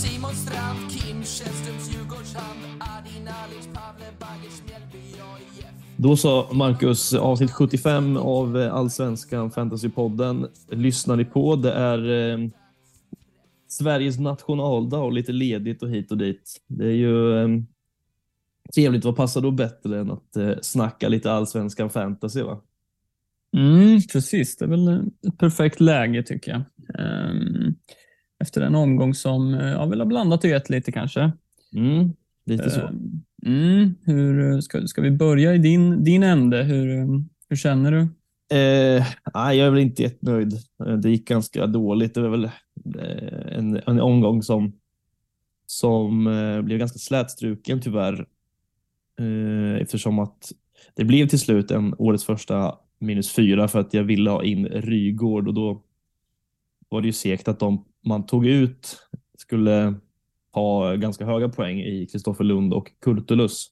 Simon Strand, Kim Källströms Djurgårdshamn, Adin Alic, Pavle Bagers, Mjällby, AIF. Då sa Marcus, avsnitt 75 av Allsvenskan Fantasypodden lyssnar ni på. Det är Sveriges nationaldag och lite ledigt och hit och dit. Det är ju trevligt. Vad passar då bättre än att snacka lite Allsvenskan Fantasy, va? Precis, det är väl ett perfekt läge tycker jag. Efter en omgång som jag vill ha blandat och gett lite kanske. Lite så. Hur ska vi börja i din ände? Hur känner du? Jag är väl inte jättenöjd. Det gick ganska dåligt. Det var väl en omgång som blev ganska slätstruken tyvärr. Eftersom att det blev till slut årets första -4 för att jag ville ha in Rygård, och då var det ju segt att man tog ut skulle ha ganska höga poäng i Kristoffer Lund och Kurtulus.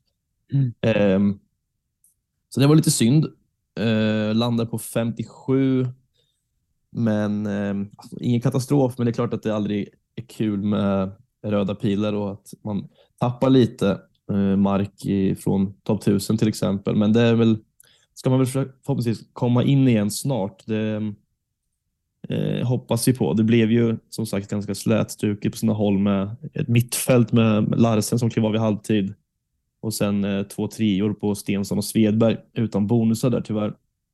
Så det var lite synd. Landade på 57, men ingen katastrof, men det är klart att det aldrig är kul med röda pilar och att man tappar lite mark från topp 1000 till exempel, men det är väl, ska man väl förhoppningsvis komma in igen snart. Det hoppas vi på. Det blev ju som sagt ganska slätstruket på sina håll med ett mittfält med Larsen som klev av i halvtid och sen 2 treor på Stensson och Svedberg utan bonusar där tyvärr.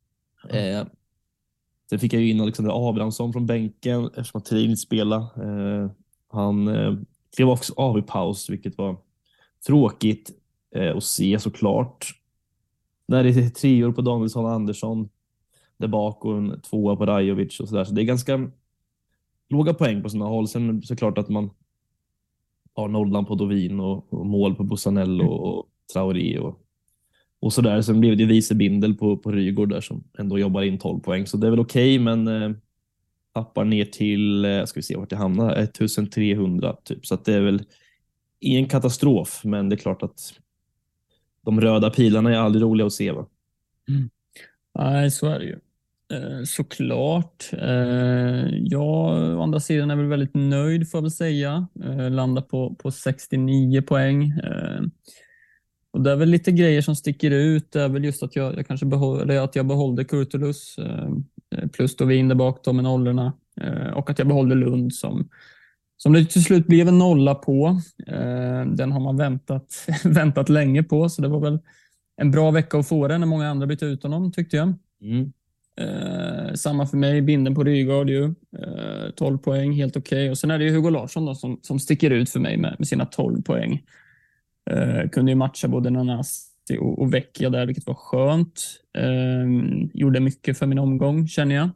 Sen fick jag ju in Alexander Abrahamsson från bänken eftersom att Trin spelade. Han klev också av i paus, vilket var tråkigt att se såklart. När det är 3 på Danielsson och Andersson där bak och en 2 på Rajovic och sådär. Så det är ganska låga poäng på sådana håll. Sen såklart att man har nollan på Dovin och mål på Bussanello och Traoré och sådär. Sen blev det Visebindel på Rygård där som ändå jobbar in 12 poäng. Så det är väl okej, men tappar ner till, ska vi se vart det hamnar, 1300 typ. Så att det är väl ingen katastrof, men det är klart att de röda pilarna är aldrig roliga att se, va? Nej, så är det ju. Såklart. Jag å andra sidan är väl väldigt nöjd, får jag väl säga. Landar på 69 poäng. Och det är väl lite grejer som sticker ut. Det är väl just att jag kanske behållde Kurtulus plus Dovin där bak med nollorna. Och att jag behållde Lund som det till slut blev en nolla på. Den har man väntat länge på, så det var väl en bra vecka att få den när många andra bytte ut honom, tyckte jag. Samma för mig, binden på Rygård ju. 12 poäng, helt okej. Och sen är det ju Hugo Larsson då, som sticker ut för mig med sina 12 poäng. Kunde ju matcha både Nanasi och Vecchia där, vilket var skönt. Gjorde mycket för min omgång, känner jag.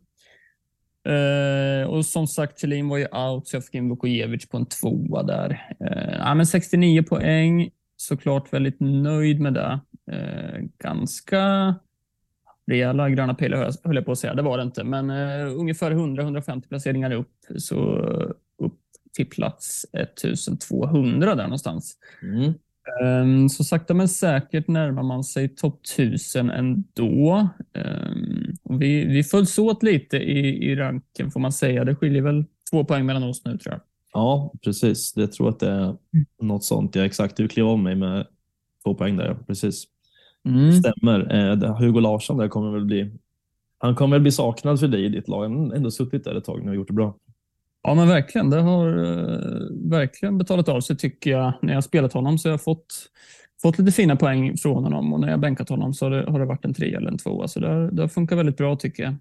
Och som sagt, Thelin var ju out, så jag fick in Vukojevic på en 2 där. Men 69 poäng, såklart väldigt nöjd med det. Ganska rejäla gröna pilar höll jag på att säga, det var det inte, men ungefär 100-150 placeringar upp, så upp till plats 1200 där någonstans. Så sakta men säkert närmar man sig topp 1000 ändå. Och vi följs åt lite i ranken, får man säga. Det skiljer väl 2 poäng mellan oss nu, tror jag. Ja, precis. Jag tror att det är något sånt. Jag exakt, du klev av mig med 2 poäng där, precis. Stämmer. Hugo Larsson där kommer väl bli saknad för dig i ditt lag. Han har ändå suttit där ett tag nu och gjort det bra. Ja, men verkligen. Det har verkligen betalat av sig, tycker jag. När jag har spelat honom så har jag fått lite fina poäng från honom, och när jag bänkat honom så har det varit en 3 eller en 2. Så det funkar väldigt bra, tycker jag.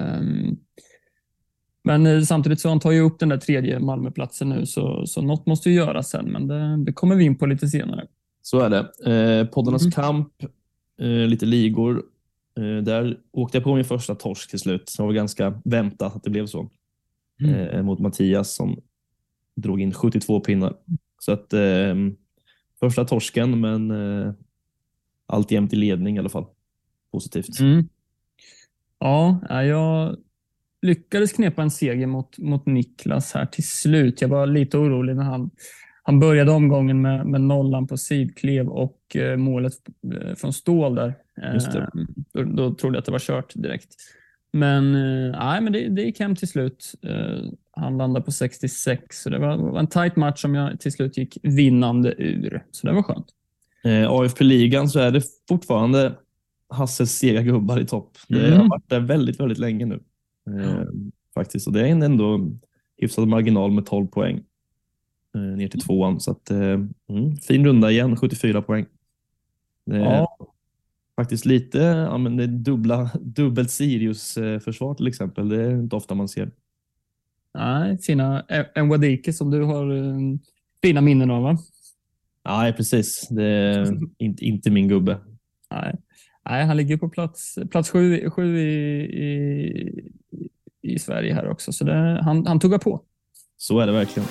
Men samtidigt så tar jag upp den där 3:e Malmöplatsen nu, så något måste ju göras sen, men det kommer vi in på lite senare. Så är det. Poddarnas kamp, lite ligor. Där åkte jag på min första torsk till slut. Så det var ganska väntat att det blev så. Mot Mattias som drog in 72 pinnar. Så att första torsken, men alltjämt i ledning i alla fall. Positivt. Ja, jag lyckades knepa en seger mot Niklas här till slut. Jag var lite orolig när han började omgången med nollan på sidklev och målet från Stål där. Just det. Då trodde jag att det var kört direkt. Men det gick hem till slut. Han landade på 66. Så det var en tight match som jag till slut gick vinnande ur. Så det var skönt. AFP-ligan så är det fortfarande Hasses sega gubbar i topp. Det har varit där väldigt, väldigt länge nu. Faktiskt. Och det är ändå hyfsad marginal med 12 poäng ner till 2:an. Så att, fin runda igen, 74 poäng. Det är faktiskt lite, ja, men det är dubbelt Sirius-försvar till exempel. Det är inte ofta man ser. Nej, fina Nwadike som du har fina minnen av, va? Nej, precis. Det är inte min gubbe. Nej, han ligger på plats 7 i Sverige här också. Så han tuggar på. Så är det verkligen.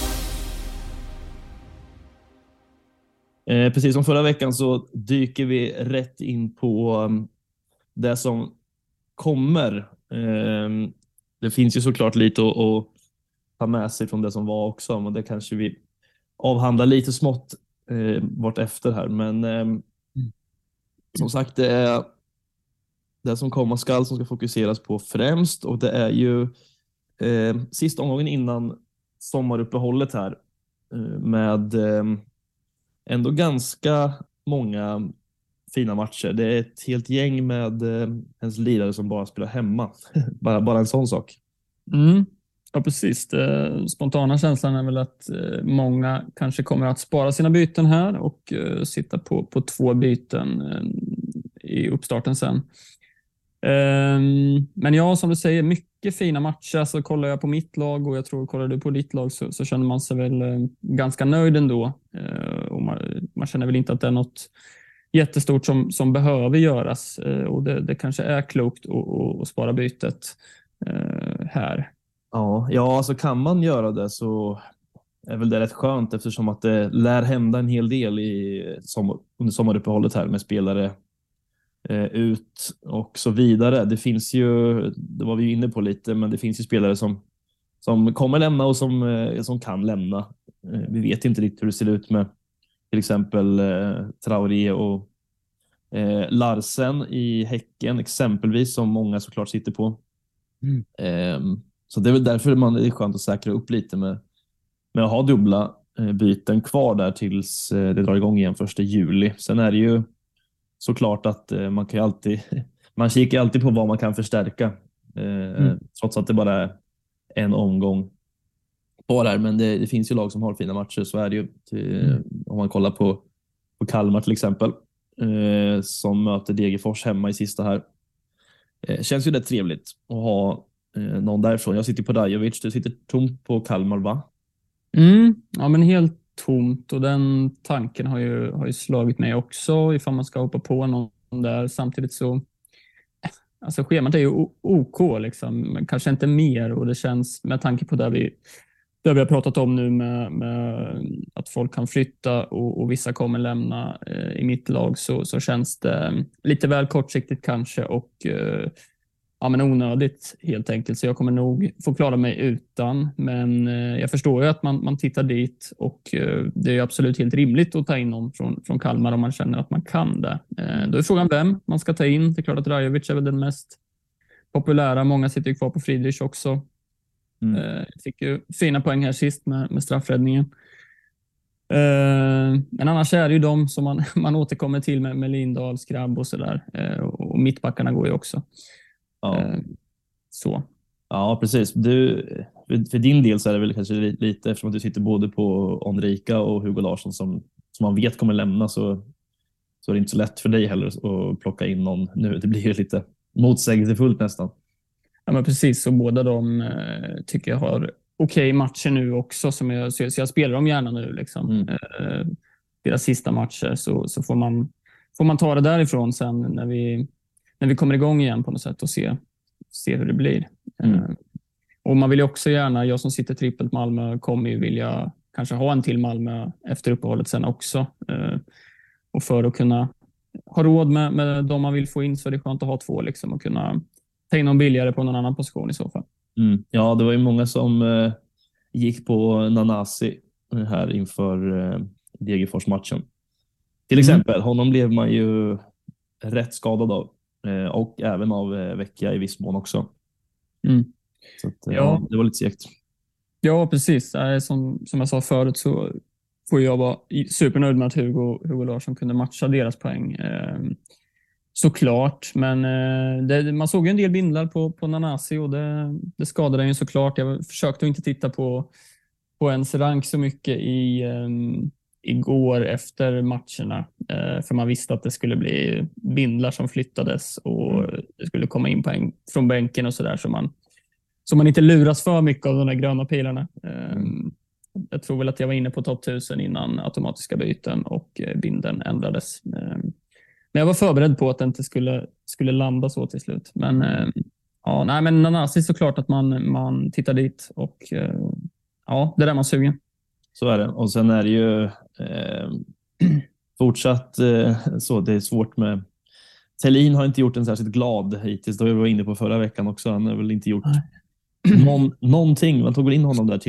Precis som förra veckan så dyker vi rätt in på det som kommer. Det finns ju såklart lite att ta med sig från det som var också, men det kanske vi avhandlar lite smått vart efter här. Men som sagt, det är det som komma skall som ska fokuseras på främst, och det är ju sista omgången innan sommaruppehållet här med ändå ganska många fina matcher. Det är ett helt gäng med ens lirare som bara spelar hemma. bara en sån sak. Ja, precis. Spontana känslan är väl att många kanske kommer att spara sina byten här och sitta på 2 byten i uppstarten sen. Men ja, som du säger, mycket fina matcher. Så kollar jag på mitt lag, och jag tror kollar du på ditt lag, så känner man sig väl ganska nöjd ändå. Och man känner väl inte att det är något jättestort som behöver göras, och det kanske är klokt att spara bytet här. Ja, alltså kan man göra det så är väl det rätt skönt, eftersom att det lär hända en hel del under sommaruppehållet här med spelare ut och så vidare. Det finns ju, det var vi ju inne på lite, men det finns ju spelare som kommer lämna och som kan lämna. Vi vet inte riktigt hur det ser ut med till exempel Traoré och Larsen i Häcken exempelvis, som många såklart sitter på. Så det är väl därför det är skönt att säkra upp lite med att ha dubbla byten kvar där tills det drar igång igen 1 juli. Sen är det ju såklart att man kikar alltid på vad man kan förstärka, trots att det bara är en omgång på där. Men det finns ju lag som har fina matcher, så är det ju. Om man kollar på Kalmar till exempel, som möter Degerfors hemma i sista här. Känns ju det trevligt att ha någon därifrån. Jag sitter på Rajovic, du sitter tomt på Kalmar, va? Ja, men helt tomt, och den tanken har ju slagit mig också, ifall man ska hoppa på någon där. Samtidigt så, alltså schemat är ju OK liksom, men kanske inte mer, och det känns, med tanke på det vi har pratat om nu med att folk kan flytta och vissa kommer lämna i mitt lag, så känns det lite väl kortsiktigt kanske, och ja, men onödigt helt enkelt. Så jag kommer nog få klara mig utan. Men jag förstår ju att man tittar dit, och det är absolut helt rimligt att ta in någon från Kalmar om man känner att man kan det. Då är frågan vem man ska ta in. Det är klart att Rajovic är väl den mest populära. Många sitter ju kvar på Friedrich också. Fick ju fina poäng här sist med straffräddningen. Men annars är det ju de som man återkommer till med Lindahl, Skrabb och sådär. Och mittbackarna går ju också. Ja. Så. Ja, precis. För din del så är det väl kanske lite, eftersom att du sitter både på Onrika och Hugo Larsson som man vet kommer lämna, så är det inte så lätt för dig heller att plocka in någon nu. Det blir ju lite motsägelsefullt nästan. Ja, men precis. Och båda de tycker jag har okej matcher nu också, så jag spelar dem gärna nu liksom. Deras sista matcher, så får man ta det därifrån sen när vi kommer igång igen på något sätt, och se hur det blir. Och man vill ju också gärna, jag som sitter trippelt Malmö kommer ju vilja kanske ha en till Malmö efter uppehållet sen också. Och för att kunna ha råd med de man vill få in, så är det skönt att ha 2 liksom, och kunna ta in någon billigare på någon annan position i så fall. Ja, det var ju många som gick på Nanasi här inför Degerfors-matchen. Till exempel, honom blev man ju rätt skadad av. Och även av Vecchia i viss mån också. Så att, ja, det var lite segt. Ja, precis. Som jag sa förut så får jag vara supernöjd med att Hugo Larsson kunde matcha deras poäng. Såklart, men man såg ju en del bindlar på Nanasi och det skadade den ju såklart. Jag försökte inte titta på ens rank så mycket igår efter matcherna. För man visste att det skulle bli bindlar som flyttades och det skulle komma in poäng från bänken och sådär. Så man inte luras för mycket av de där gröna pilarna. Jag tror väl att jag var inne på topp 1000 innan automatiska byten och bindeln ändrades. Men jag var förberedd på att det inte skulle landa så till slut. Men ja, nej, men Nanasi såklart att man tittar dit och ja, det är där man sugen. Så är det. Och sen är det ju fortsatt så. Det är svårt med... Thelin har inte gjort en särskilt glad hittills. Det var jag inne på förra veckan också. Han har väl inte gjort någonting. Man tog väl in honom där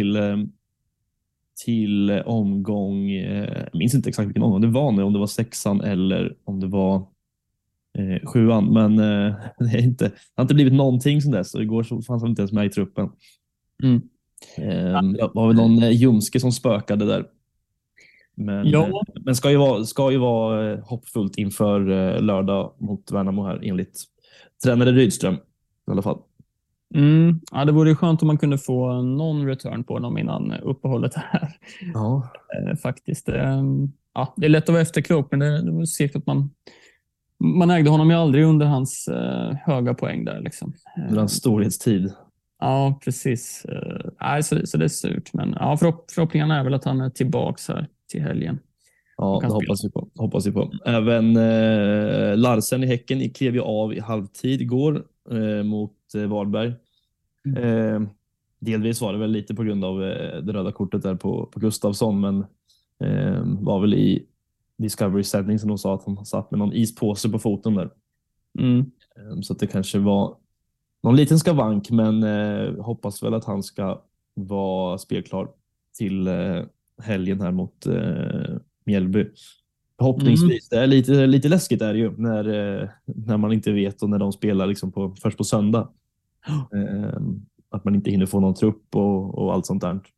till omgång... Jag minns inte exakt vilken omgång det var nu. Om det var 6:an eller om det var 7:an. Men det har inte blivit någonting sen dess. Och igår så fanns han inte ens med i truppen. Det var väl någon Ljumske som spökade där. Men ska ju vara hoppfullt inför lördag mot Värnamo här enligt tränare Rydström i alla fall. Ja, det vore skönt om man kunde få någon return på honom innan uppehållet här. Ja. Faktiskt. Ja, det är lätt att vara efterklok, men det var säkert att man ägde honom ju aldrig under hans höga poäng där. Liksom. Under hans storhetstid. Ja, precis. Så det är surt. Men ja, förhoppningen är väl att han är tillbaka här till helgen. Ja, det hoppas vi på. Även Larsen i Häcken klev ju av i halvtid igår mot Varberg. Delvis var det väl lite på grund av det röda kortet där på Gustafsson, men var väl i Discovery-sändning som de sa att han satt med någon ispåse på foten där. Så att det kanske var någon liten skavank, men hoppas väl att han ska vara spelklar till helgen här mot Mjällby. Förhoppningsvis. Det är lite läskigt är det ju när man inte vet och när de spelar liksom först på söndag. Att man inte hinner få någon trupp och allt sånt där.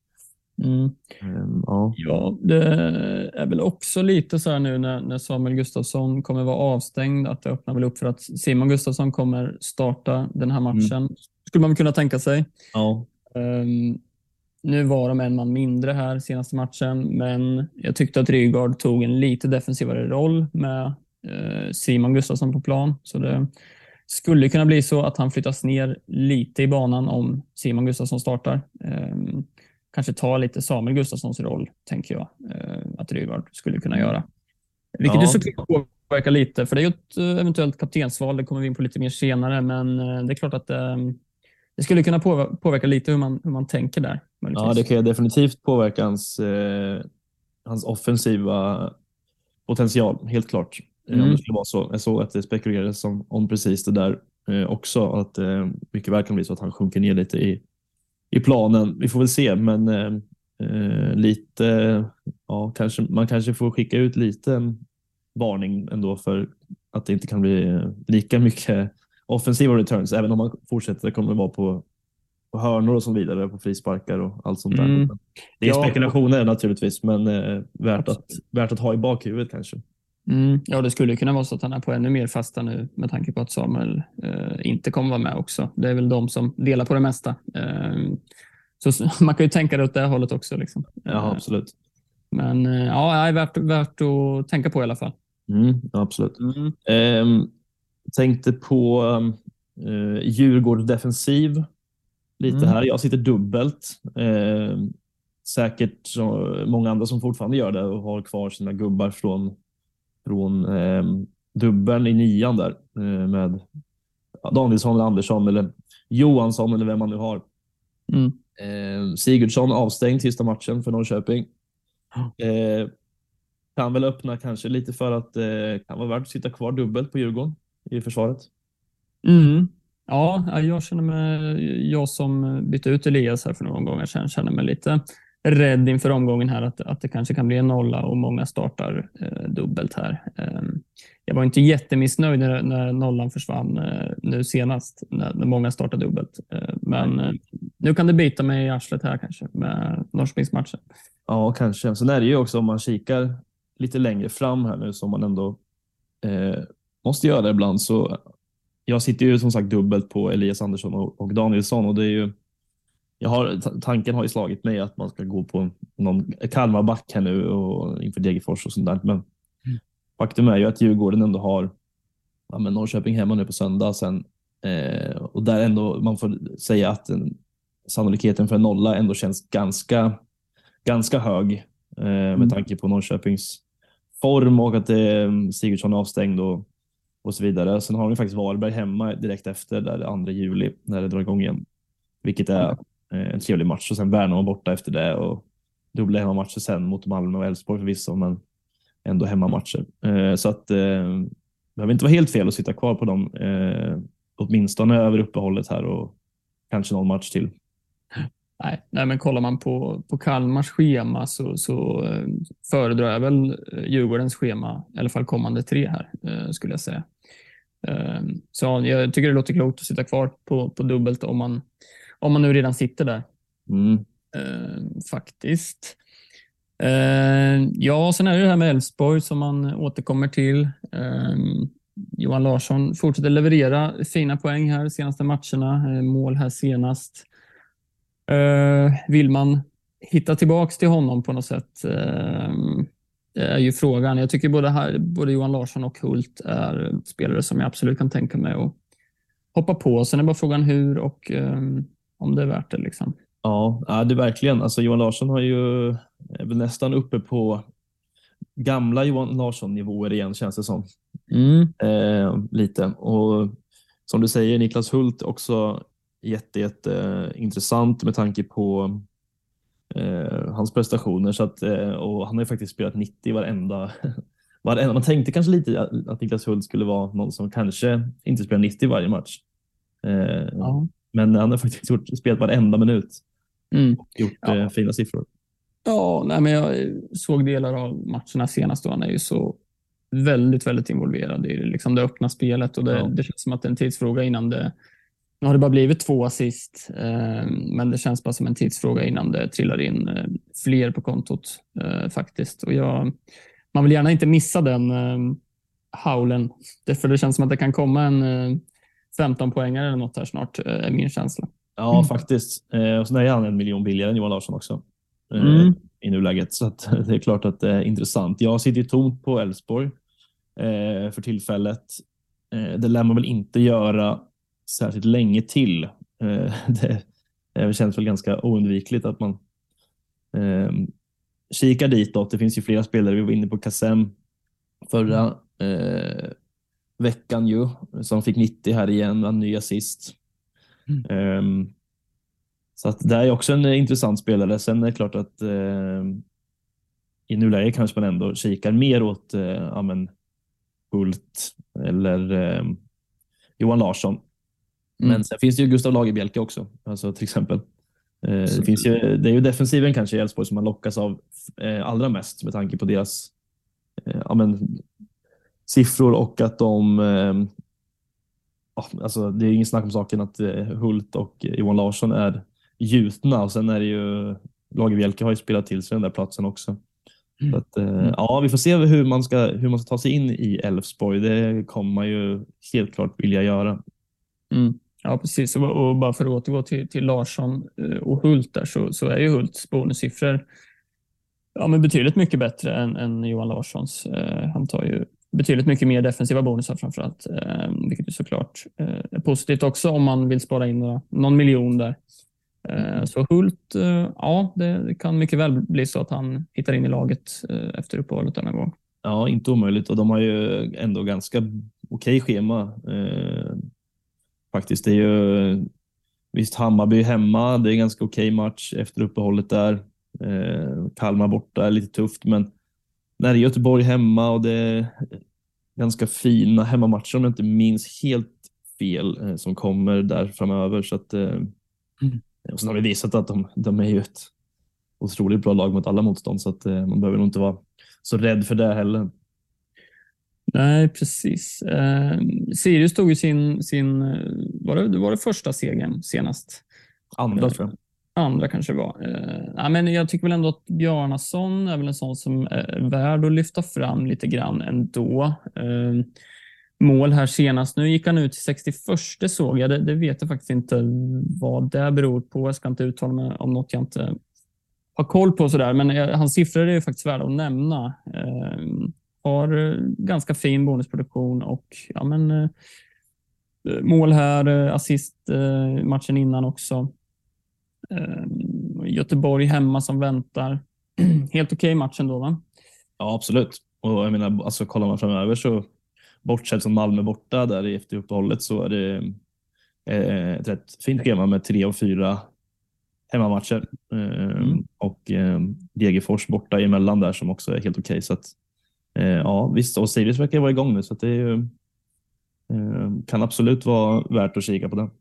Ja, det är väl också lite så här nu när Samuel Gustafsson kommer vara avstängd, att det öppnar väl upp för att Simon Gustafsson kommer starta den här matchen. Skulle man kunna tänka sig. Ja. Nu var de en man mindre här senaste matchen, men jag tyckte att Rygaard tog en lite defensivare roll med Simon Gustafsson på plan. Så det skulle kunna bli så att han flyttas ner lite i banan om Simon Gustafsson startar. Kanske ta lite Samuel Gustafssons roll, tänker jag, att Rygaard skulle kunna göra. Vilket ju såklart påverkar lite, för det är ju ett eventuellt kaptensval, det kommer vi in på lite mer senare, men det är klart att det skulle kunna påverka lite hur man tänker där. Möjligtvis. Ja, det kan ju definitivt påverka hans offensiva potential, helt klart. Om det skulle vara så. Jag såg att det spekulerades om precis det där också, att mycket väl kan bli så att han sjunker ner lite i planen. Vi får väl se, men lite, ja, man kanske får skicka ut lite en varning ändå för att det inte kan bli lika mycket offensiva returns, även om man fortsätter. Det kommer att vara på hörnor och så vidare, på frisparkar och allt sånt där. Det är spekulationer naturligtvis, men värt att ha i bakhuvudet kanske. Ja, det skulle kunna vara så att han är på ännu mer fasta nu med tanke på att Samuel inte kommer vara med också. Det är väl de som delar på det mesta. Så man kan ju tänka det åt det hållet också. Liksom. Ja, absolut. Men ja, det är värt att tänka på i alla fall. Absolut. Tänkte på Djurgårds defensiv lite här. Jag sitter dubbelt. Säkert så många andra som fortfarande gör det och har kvar sina gubbar från dubbeln i 9:an där med Danielsson eller Andersson eller Johansson eller vem man nu har. Sigurdsson avstängd sista matchen för Norrköping. Kan väl öppna kanske lite för att kan vara värt att sitta kvar dubbelt på Djurgården i försvaret. Ja, jag som bytte ut Elias här för några gånger sedan känner mig lite rädd inför omgången här att det kanske kan bli en nolla och många startar dubbelt här. Jag var inte jättemissnöjd när nollan försvann nu senast när många startade dubbelt. Men Nu kan det bita mig i arslet här kanske med Norrköpingsmatchen. Ja, kanske. Sen är det ju också om man kikar lite längre fram här nu som man ändå måste göra det ibland. Så jag sitter ju som sagt dubbelt på Elias Andersson och Danielsson och det är ju tanken har ju slagit mig att man ska gå på någon Kalmarback här nu och inför Degerfors och sånt där. Men faktum är ju att Djurgården ändå har men Norrköping hemma nu på söndag sen och där ändå man får säga att sannolikheten för en nolla ändå känns ganska hög med tanke på Norrköpings form och att Sigurdsson är avstängd och så vidare. Sen har vi faktiskt Varberg hemma direkt efter där 2 juli när det drar igång igen. Vilket är en trevlig match och sen Värnamo borta efter det och dubbla hemmamatcher sen mot Malmö och Elfsborg förvisso men ändå hemmamatcher. Så att det behöver inte vara helt fel att sitta kvar på dem åtminstone över uppehållet här och kanske någon match till. Nej, men kollar man på Kalmars schema så föredrar jag väl Djurgårdens schema, i alla fall kommande 3 här, skulle jag säga. Så jag tycker det låter klokt att sitta kvar på dubbelt om man nu redan sitter där. Faktiskt. Ja, sen är det här med Elfsborg som man återkommer till. Johan Larsson fortsätter leverera fina poäng här senaste matcherna. Mål här senast. Vill man hitta tillbaks till honom på något sätt? Det är ju frågan. Jag tycker både Johan Larsson och Hult är spelare som jag absolut kan tänka mig att hoppa på. Sen är bara frågan hur och om det är värt det liksom. Ja, det är verkligen. Alltså Johan Larsson är väl nästan uppe på gamla Johan Larsson-nivåer igen känns det som. Lite. Och som du säger, Niklas Hult också jätte intressant med tanke på hans prestationer. Så att, och han har ju faktiskt spelat 90 varenda. Man tänkte kanske lite att Niklas Hult skulle vara någon som kanske inte spelar 90 varje match. Men han har faktiskt spelat varenda minut. Gjort fina siffror. Ja, nej, men jag såg delar av matcherna senast och han är ju så väldigt, väldigt involverad i liksom det öppna spelet och det känns som att det är en tidsfråga innan det. Nu har det bara blivit 2 assist, men det känns bara som en tidsfråga innan det trillar in fler på kontot faktiskt. Och man vill gärna inte missa den howlen, för det känns som att det kan komma en 15 poängare eller något här snart, är min känsla. Ja, faktiskt. Och sen är han 1 miljon billigare än Johan Larsson också i nuläget. Så att det är klart att det är intressant. Jag sitter tomt på Elfsborg för tillfället. Det lär man väl inte göra särskilt länge till. Det känns väl ganska oundvikligt att man kikar ditåt. Det finns ju flera spelare. Vi var inne på Kassem förra veckan ju, som fick 90 här igen, en ny assist. Så att det är också en intressant spelare. Sen är det klart att i nuläget kanske man ändå kikar mer åt Hult eller Johan Larsson. Men sen finns det ju Gustav Lagerbielke också, alltså till exempel. Det är ju defensiven kanske i Elfsborg som man lockas av allra mest med tanke på deras siffror och att alltså det är ingen snack om saken att Hult och Johan Larsson är gjutna och sen är det ju Lagerbielke har ju spelat till sig den där platsen också. Så att, vi får se hur man ska ta sig in i Elfsborg. Det kommer man ju helt klart vilja göra. Ja, precis. Och bara för att återgå till Larsson och Hult där så är ju Hults bonussiffror men betydligt mycket bättre än Johan Larssons. Han tar ju betydligt mycket mer defensiva bonusar framförallt, vilket är såklart är positivt också om man vill spara in någon miljon där. Så Hult, det kan mycket väl bli så att han hittar in i laget efter uppehållet denna gång. Ja, inte omöjligt och de har ju ändå ganska okej schema. Faktiskt, det är ju visst Hammarby hemma, det är en ganska okej match efter uppehållet där. Kalmar borta är lite tufft, men när det är Göteborg hemma och det är ganska fina hemmamatcher om jag inte minns helt fel som kommer där framöver. Så att, och sen har vi visat att de är ju ett otroligt bra lag mot alla motstånd så att man behöver nog inte vara så rädd för det heller. Nej, precis. Sirius tog ju sin var det första segern senast Andra tror jag. Andra kanske var. Ja, men jag tycker väl ändå att Bjarnason är väl en sån som är värd att lyfta fram lite grann ändå. Mål här senast. Nu gick han ut till 61 såg jag. Det vet jag faktiskt inte vad det beror på. Jag ska inte uttala mig om något jag inte har koll på sådär. Men hans siffror är ju faktiskt värda att nämna. Har ganska fin bonusproduktion och ja, men, mål här, assist matchen innan också. Göteborg hemma som väntar. Helt okej matchen då, va? Ja, absolut. Och jag menar, alltså kollar man framöver så bortsett som Malmö borta där i efter uppehållet så är det ett rätt fint schema med 3 och 4 hemmamatcher. Och Degerfors borta emellan där som också är helt okej. Så att, ja, visst. Och Sirius verkar vara igång nu så att det är ju, kan absolut vara värt att kika på den.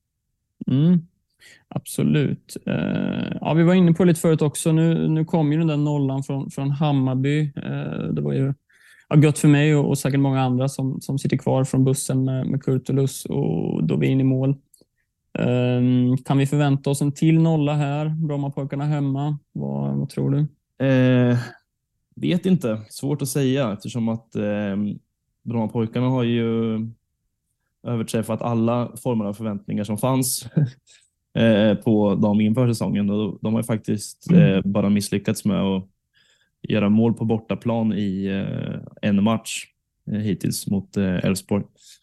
Absolut. Ja, vi var inne på lite förut också. Nu kom ju den där nollan från Hammarby. Det var ju gött för mig och säkert många andra som sitter kvar från bussen med Kurtulus och då vi är inne i mål. Kan vi förvänta oss en till nolla här? Brommapojkarna hemma. Vad tror du? Vet inte. Svårt att säga eftersom att Brommapojkarna har ju överträffat alla former av förväntningar som fanns på dem inför säsongen. Och de har faktiskt bara misslyckats med att göra mål på bortaplan i en match hittills mot Elfsborg.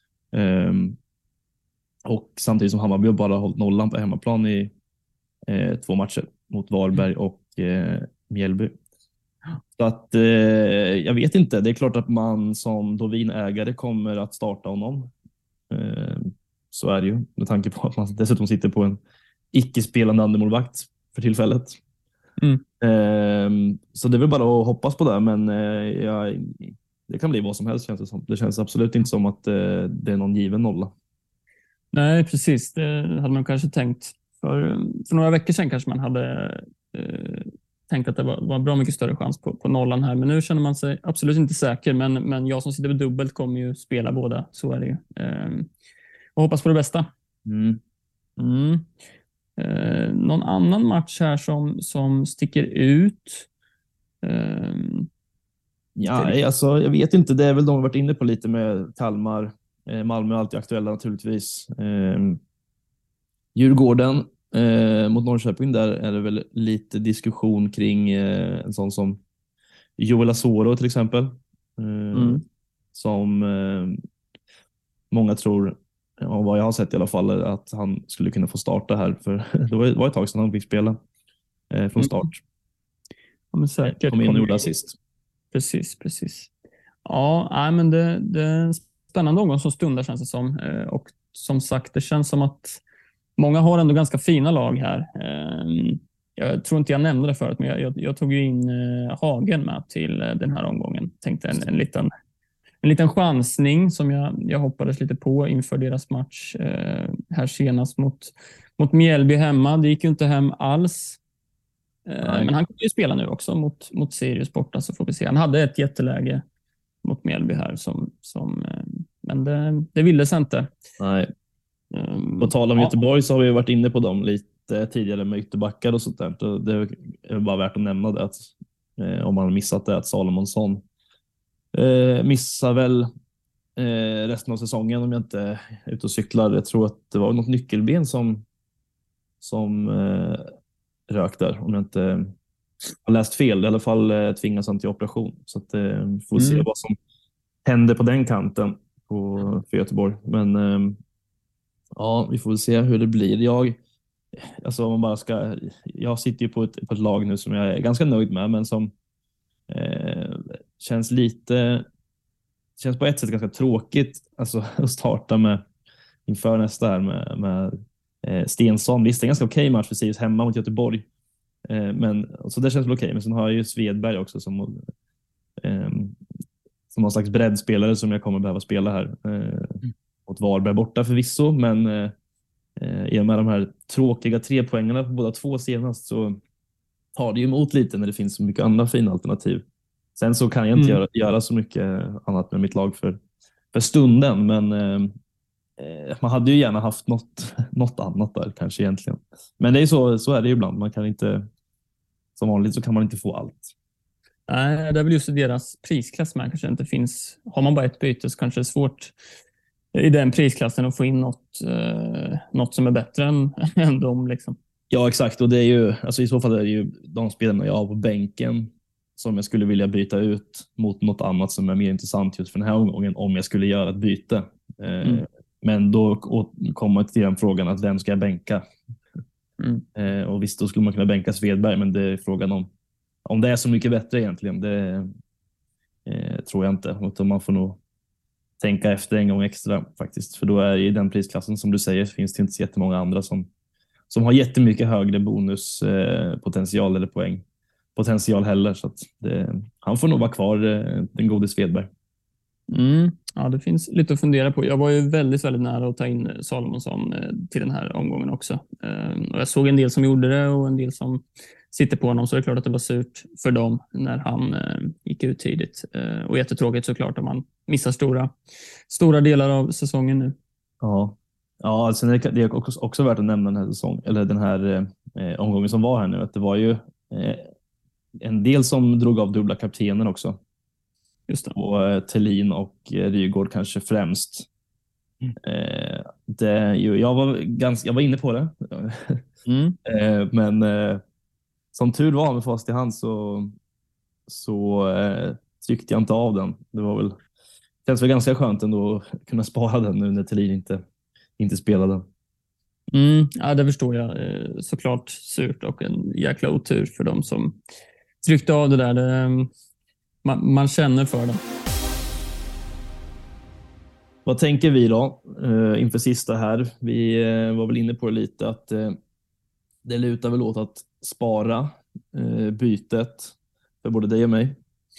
Och samtidigt som Hammarby bara hållit nollan på hemmaplan i 2 matcher mot Varberg och Mjällby. Så att jag vet inte. Det är klart att man som Dovin-ägare kommer att starta honom. Så är det ju. Med tanke på att man dessutom sitter på en icke-spelande andremålvakt för tillfället. Så det är väl bara att hoppas på det. Men det kan bli vad som helst känns det som. Det känns absolut inte som att det är någon given nolla. Nej, precis. Det hade man kanske tänkt. För några veckor sedan kanske man hade tänkt att det var bra mycket större chans på nollan här. Men nu känner man sig absolut inte säker. Men jag som sitter med dubbelt kommer ju spela båda. Så är det ju. Och hoppas på det bästa. Någon annan match här som sticker ut? Ja, alltså, jag vet inte. Det är väl de har varit inne på lite med Kalmar. Malmö är alltid aktuella naturligtvis. Djurgården mot Norrköping, där är det väl lite diskussion kring en sån som Joel Asoro till exempel. Som många tror, och vad jag har sett i alla fall, att han skulle kunna få starta här. För det var ett tag sedan han fick spela från start. Ja, men säkert. Kom in och gjorde assist. Precis. Ja, men det är en spännande omgång som stundar känns det som. Och som sagt, det känns som att många har ändå ganska fina lag här. Jag tror inte jag nämnde det förut, men jag tog ju in Hagen med till den här omgången. Tänkte en liten chansning som jag hoppades lite på inför deras match här senast mot Mjällby hemma. Det gick ju inte hem alls. Men han kommer ju spela nu också mot Sirius borta, så får vi se. Han hade ett jätteläge mot Mjällby här men det ville sig inte. Nej. På tal om Göteborg så har vi varit inne på dem lite tidigare med ytterbackar och sånt där. Så det är bara värt att nämna det att om man har missat det, att Salomonsson missar väl resten av säsongen om jag inte är ute och cyklar. Jag tror att det var något nyckelben som rök där, om jag inte har läst fel. I alla fall tvingas han till operation. Så att får se vad som händer på den kanten för Göteborg. Men ja, vi får väl se hur det blir. Jag sitter ju på ett lag nu som jag är ganska nöjd med, men som känns på ett sätt ganska tråkigt alltså, att starta med inför nästa här med Stensson. Visst, det är en ganska okej match för Sirius hemma mot Göteborg. Men så det känns väl okej. Men sen har jag ju Svedberg också som någon slags breddspelare som jag kommer behöva spela här mot Varberg borta förvisso, men i och med de här tråkiga 3 poängarna på båda 2 senast så tar det ju emot lite när det finns så mycket andra fina alternativ. Sen så kan jag inte göra så mycket annat med mitt lag för stunden, men Man hade ju gärna haft något annat där kanske egentligen. Men det är så är det ju ibland. Man kan inte, som vanligt så kan man inte få allt. Nej, det är väl just i deras prisklass man kanske inte finns. Har man bara ett byte så kanske det är svårt i den prisklassen att få in något som är bättre än dem. Liksom. Ja, exakt. Och det är ju, alltså i så fall är det ju de spelarna jag har på bänken som jag skulle vilja byta ut mot något annat som är mer intressant just för den här omgången om jag skulle göra ett byte. Men då kommer till den frågan att vem ska jag bänka? Och visst, då skulle man kunna bänka Svedberg, men det är frågan om det är så mycket bättre egentligen. Det tror jag inte. Utan man får nog tänka efter en gång extra faktiskt. För då är i den prisklassen som du säger finns det inte så jättemånga andra som har jättemycket högre bonuspotential eller poängpotential heller. Så att han får nog vara kvar, den gode Svedberg. Ja, det finns lite att fundera på. Jag var ju väldigt, väldigt nära att ta in Salomonsson till den här omgången också. Och jag såg en del som gjorde det och en del som sitter på honom, så det är klart att det var surt för dem när han gick ut tidigt. Och jättetråkigt såklart om man missar stora delar av säsongen nu. Ja, alltså det är också värt att nämna den här omgången som var här nu, att det var ju en del som drog av dubbla kaptenen också. Just det. Och Thelin och Rygaard kanske främst. Jag var inne på det. Men som tur var med fast i hand så tryckte jag inte av den. Det känns väl ganska skönt ändå att kunna spara den nu när Thelin inte spelade. Ja, det förstår jag. Såklart surt och en jäkla otur för dem som tryckte av det där. Man känner för det. Vad tänker vi då inför sista här? Vi var väl inne på det lite att det lutar väl åt att spara bytet för både dig och mig.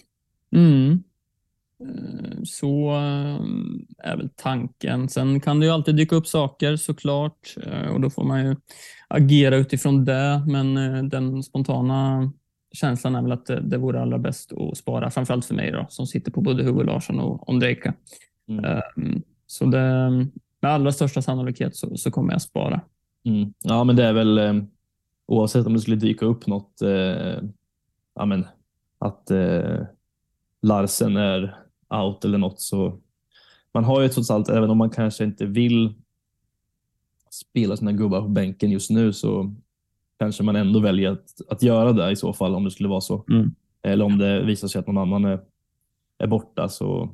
Så är väl tanken. Sen kan det ju alltid dyka upp saker såklart och då får man ju agera utifrån det. Men den spontana känslan är väl att det vore allra bäst att spara, framförallt för mig då, som sitter på både Hugo Larsson och Ondrejka. Så det, med allra största sannolikhet så kommer jag spara. Ja, men det är väl oavsett om det skulle dyka upp något att Larsen är out eller något, så man har ju trots allt, även om man kanske inte vill spela sina gubbar på bänken just nu, så kanske man ändå väljer att göra det i så fall, om det skulle vara så. Eller om det visar sig att någon annan är borta, så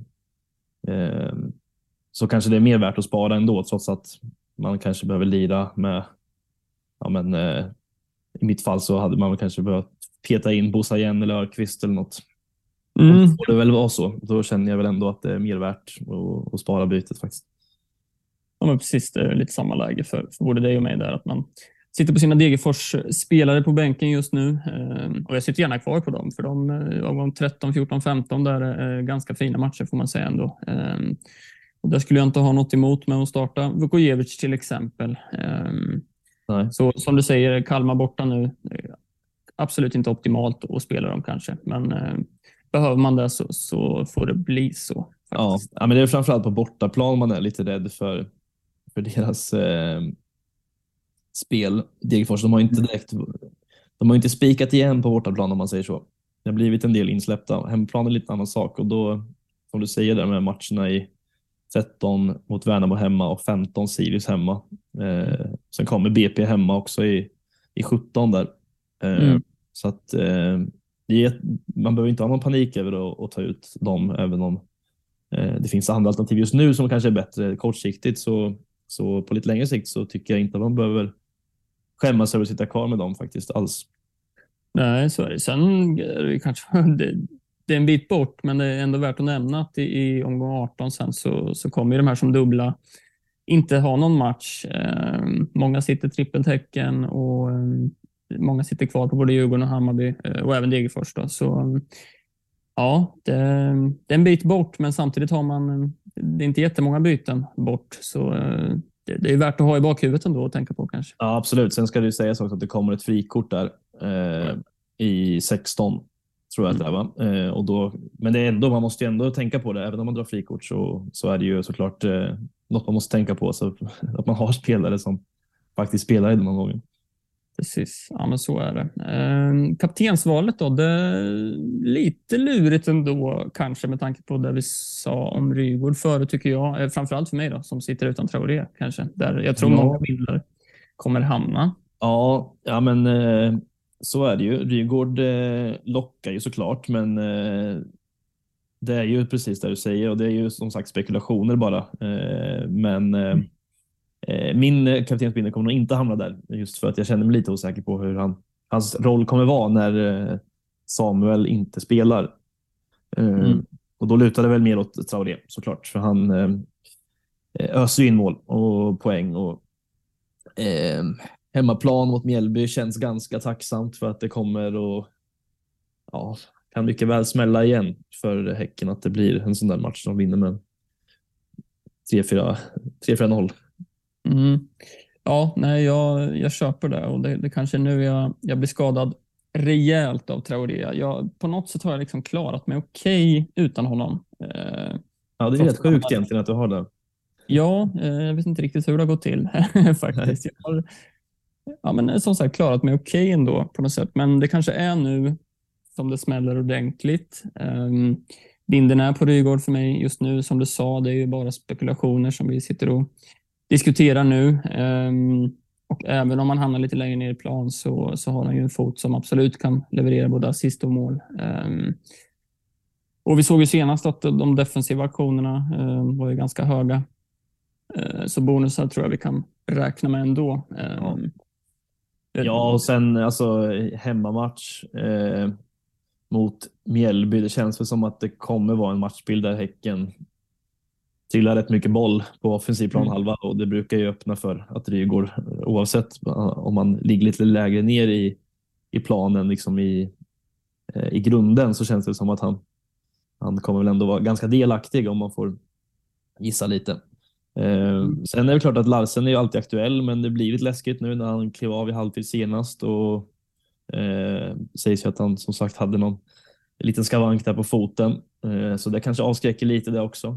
kanske det är mer värt att spara ändå, trots att man kanske behöver lira med i mitt fall så hade man väl kanske behövt peta in Bosa igen eller Örqvist eller något. Och det väl var så. Då känner jag väl ändå att det är mer värt att spara bytet faktiskt. Ja, men precis, det är lite samma läge för både dig och mig där, att man sitter på sina Degerfors-spelare på bänken just nu. Och jag sitter gärna kvar på dem, för de omgång 13, 14, 15 där är ganska fina matcher får man säga ändå. Och där skulle jag inte ha något emot med att starta Vukojevic till exempel. Så som du säger, Kalmar borta nu. Absolut inte optimalt att spela dem kanske, men behöver man det så får det bli så. Ja, men det är framförallt på bortaplan man är lite rädd för deras spel. Degerfors, de har inte spikat igen på bortaplan om man säger så. Det har blivit en del insläppta. Hemmaplan är lite annan sak, och då, som du säger där med matcherna i 13 mot Värnamo hemma och 15 Sirius hemma. Sen kommer BP hemma också i 17 där. Så att man behöver inte ha någon panik över att ta ut dem, även om det finns andra alternativ just nu som kanske är bättre kortsiktigt, så på lite längre sikt så tycker jag inte att man behöver skämmas över att sitta kvar med dem faktiskt alls. Nej, så är det. Sen är det kanske det är en bit bort, men det är ändå värt att nämna att i omgång 18 sen så kommer de här som dubbla inte ha någon match. Många sitter trippeltecken och många sitter kvar på både Djurgården och Hammarby och även Degerfors då. Så ja, det är en bit bort, men samtidigt har man det är inte jättemånga byten bort, så det är värt att ha i bakhuvudet ändå och tänka på kanske. Ja, absolut. Sen ska det ju sägas också att det kommer ett frikort där i 16 tror jag att det är, va? Och då, men det är ändå, man måste ju ändå tänka på det, även om man drar frikort så är det ju såklart något man måste tänka på, så att man har spelare som faktiskt spelar i den gången. Precis, ja men så är det. Kaptensvalet då, det är lite lurigt ändå kanske med tanke på det vi sa om Rygaard förut tycker jag. Framförallt för mig då som sitter utan Traoré kanske. Där jag tror många vinnare kommer hamna. Ja men så är det ju. Rygaard lockar ju såklart, men det är ju precis det du säger och det är ju som sagt spekulationer bara. Men min kaptensbindel kommer nog inte hamna där just för att jag känner mig lite osäker på hur hans roll kommer vara när Samuel inte spelar. Och då lutar det väl mer åt Traoré såklart, för han öser in mål och poäng och hemmaplan mot Mjällby känns ganska tacksamt för att det kommer och kan mycket väl smälla igen för Häcken att det blir en sån där match som vinner med 3-4-0. Ja, nej, jag köper det och det kanske är nu jag blir skadad rejält av Traoré. På något sätt har jag liksom klarat mig okej utan honom. Ja, det är helt sjukt egentligen att du har det. Ja, jag vet inte riktigt hur det har gått till faktiskt. Jag har men som sagt klarat mig okej ändå på något sätt. Men det kanske är nu som det smäller ordentligt. Binden är på Rygaard för mig just nu, som du sa. Det är ju bara spekulationer som vi sitter och diskuterar nu. Och även om man hamnar lite längre ner i plan så har han ju en fot som absolut kan leverera både assist och mål. Och vi såg ju senast att de defensiva aktionerna var ju ganska höga. Så bonusar tror jag vi kan räkna med ändå. Ja, och sen alltså hemmamatch mot Mjällby. Det känns väl som att det kommer vara en matchbild där Häcken trillar rätt mycket boll på offensiv planhalva och det brukar ju öppna för att Rygaard, oavsett om man ligger lite lägre ner i planen liksom i grunden, så känns det som att han kommer väl ändå vara ganska delaktig om man får gissa lite. Sen är det klart att Larsen är ju alltid aktuell, men det blir lite läskigt nu när han klev av i halvtid senast och sägs ju att han som sagt hade någon liten skavank där på foten, så det kanske avskräcker lite det också.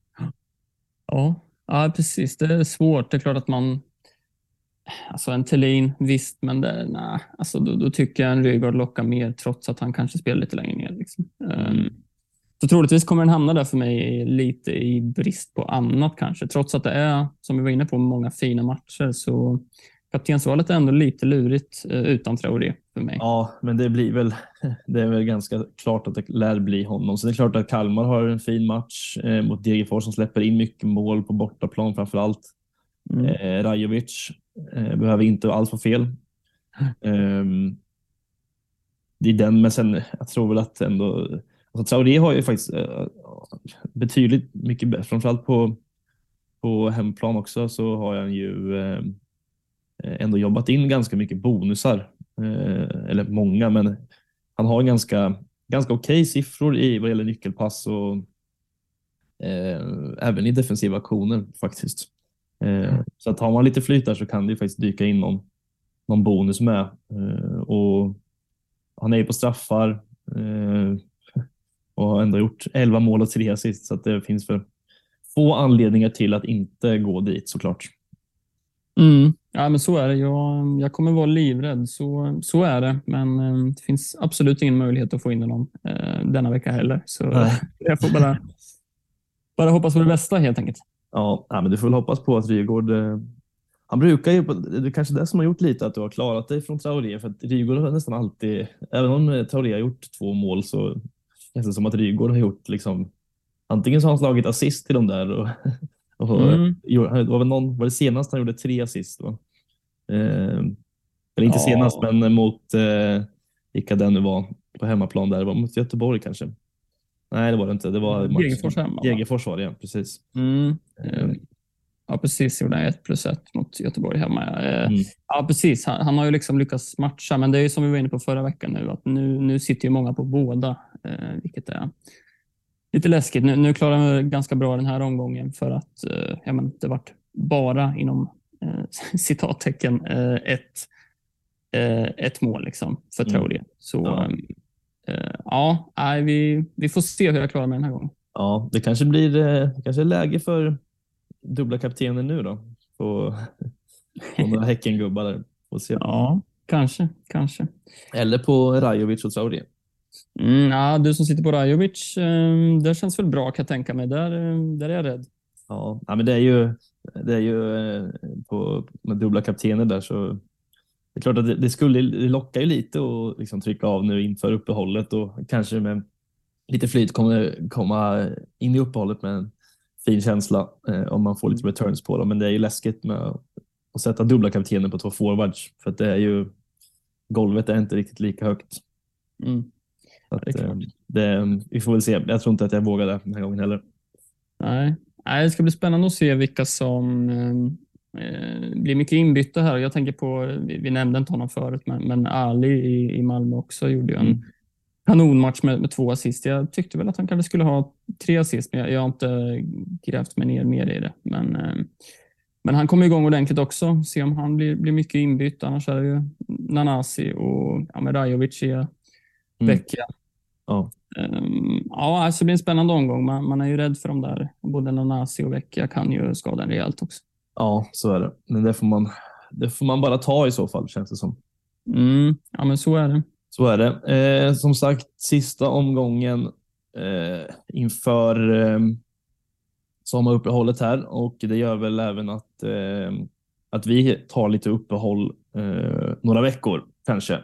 Ja, precis. Det är svårt. Det är klart att alltså en Thelin, visst, men alltså då tycker jag en Rygaard lockar mer trots att han kanske spelar lite längre ner. Liksom. Så troligtvis kommer den hamna där för mig lite i brist på annat kanske. Trots att det är, som vi var inne på, många fina matcher, så kaptensvalet är ändå lite lurigt utan Traoré för mig. Ja, men det är väl ganska klart att det lär bli honom. Så det är klart att Kalmar har en fin match mot Degerfors som släpper in mycket mål på bortaplan framförallt. Rajovic behöver inte alls få fel. Det är den, men sen jag tror väl att ändå alltså, Traoré har ju faktiskt betydligt mycket, framförallt på hemplan också, så har han ju ändå jobbat in ganska mycket bonusar, eller många, men han har ganska okej siffror vad gäller nyckelpass och även i defensiva aktioner faktiskt. Så att har man lite flyt där så kan det ju faktiskt dyka in någon bonus med, och han är ju på straffar och har ändå gjort 11 mål och 3 assist, så att det finns för få anledningar till att inte gå dit såklart. Ja, men så är det. Jag kommer vara livrädd, så är det. Men det finns absolut ingen möjlighet att få in honom denna vecka heller. Så jag får bara hoppas på det bästa helt enkelt. Ja, men du får väl hoppas på att Rygaard, han brukar ju, det är kanske det som har gjort lite att du har klarat dig från Traoré, för att Rygaard har nästan alltid, även om Traoré har gjort 2 mål, så känns det som att Rygaard har gjort liksom, antingen så har han slagit assist till dem där och var det senast han gjorde 3 assist, va? Eller inte senast, men mot vilka den nu var på hemmaplan där, det var mot Göteborg kanske. Nej, det var det inte. Det var Degerfors hemma. Degerfors var det, ja, precis. Ja, precis. Gjorde han 1+1 mot Göteborg hemma. Ja, precis. Han har ju liksom lyckats matcha, men det är ju som vi var inne på förra veckan nu, att nu sitter ju många på båda, vilket är lite läskigt. Nu klarar jag ganska bra den här omgången för att det vart bara inom citattecken ett mål liksom för Traoré. Så vi får se hur jag klarar mig den här gången. Ja, det kanske blir kanske läge för dubbla kaptenen nu då? På några Häckengubbar där. Får se. Ja, kanske. Eller på Rajovic och Traoré. Ja, du som sitter på Rajovic, det känns väl bra kan jag tänka mig. Där är jag rädd. Ja, men det är ju på med dubbla kaptener där, så det är klart att det lockar ju lite att liksom trycka av nu inför uppehållet och kanske med lite flyt komma in i uppehållet med en fin känsla om man får lite returns på dem. Men det är ju läskigt med att sätta dubbla kaptener på 2 forwards, för att det är ju golvet är inte riktigt lika högt. Så att, vi får väl se. Jag tror inte att jag vågar det den här gången heller. Nej, det ska bli spännande att se vilka som blir mycket inbytta här. Jag tänker på, vi nämnde inte honom förut, men Ali i Malmö också gjorde ju en kanonmatch med 2 assist. Jag tyckte väl att han kanske skulle ha 3 assist, men jag har inte grävt mig ner mer i det. Men han kommer igång ordentligt också. Se om han blir mycket inbytt. Annars är det ju Nanasi och Rajovic i vecka. Alltså det blir en spännande omgång. Man är ju rädd för dem där. Både Nanasi och Vecchia kan ju skada en rejält också. Ja, så är det. Men det får man bara ta i så fall, känns det som. Ja, men så är det. Så är det. Som sagt, sista omgången inför sommaruppehållet här, och det gör väl även att vi tar lite uppehåll några veckor kanske.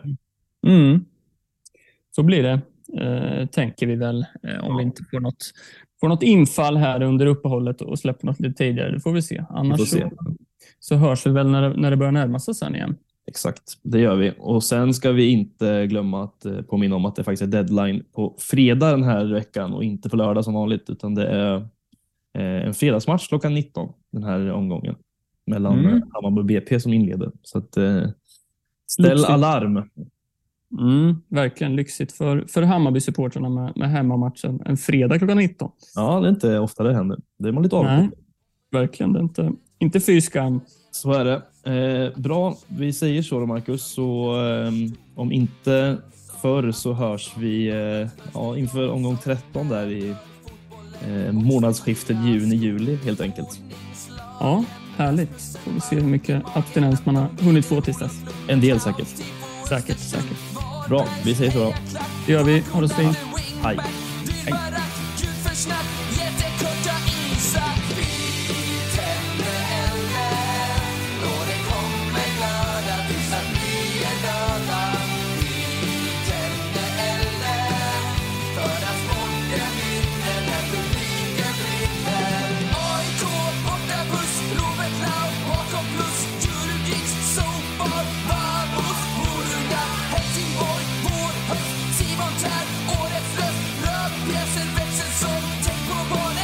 Så blir det, tänker vi väl, om vi inte får något infall här under uppehållet och släpper något lite tidigare. Det får vi se. Annars så hörs vi väl när det börjar närma sig sen igen. Exakt, det gör vi. Och sen ska vi inte glömma att påminna om att det faktiskt är deadline på fredag den här veckan och inte på lördag som vanligt, utan det är en fredagsmatch klockan 19 den här omgången mellan Hammarby och BP som inleder. Så att ställ lyxigt. Alarm. Verkligen lyxigt för Hammarby-supporterna med hemmamatchen en fredag klockan 19. Ja, det är inte ofta det händer. Det är man lite avundsjuk. Nej, verkligen. Det är inte fy skam. Så är det. Bra, vi säger så då, Marcus. Så om inte förr så hörs vi inför omgång 13 där i månadsskiftet juni-juli helt enkelt. Ja, härligt. Får vi se hur mycket abstinens man har hunnit få tills dess. En del säkert. Säkert. Bra, vi säger så då. Det gör vi. Ha det så fint. Hej.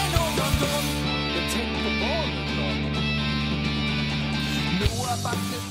Back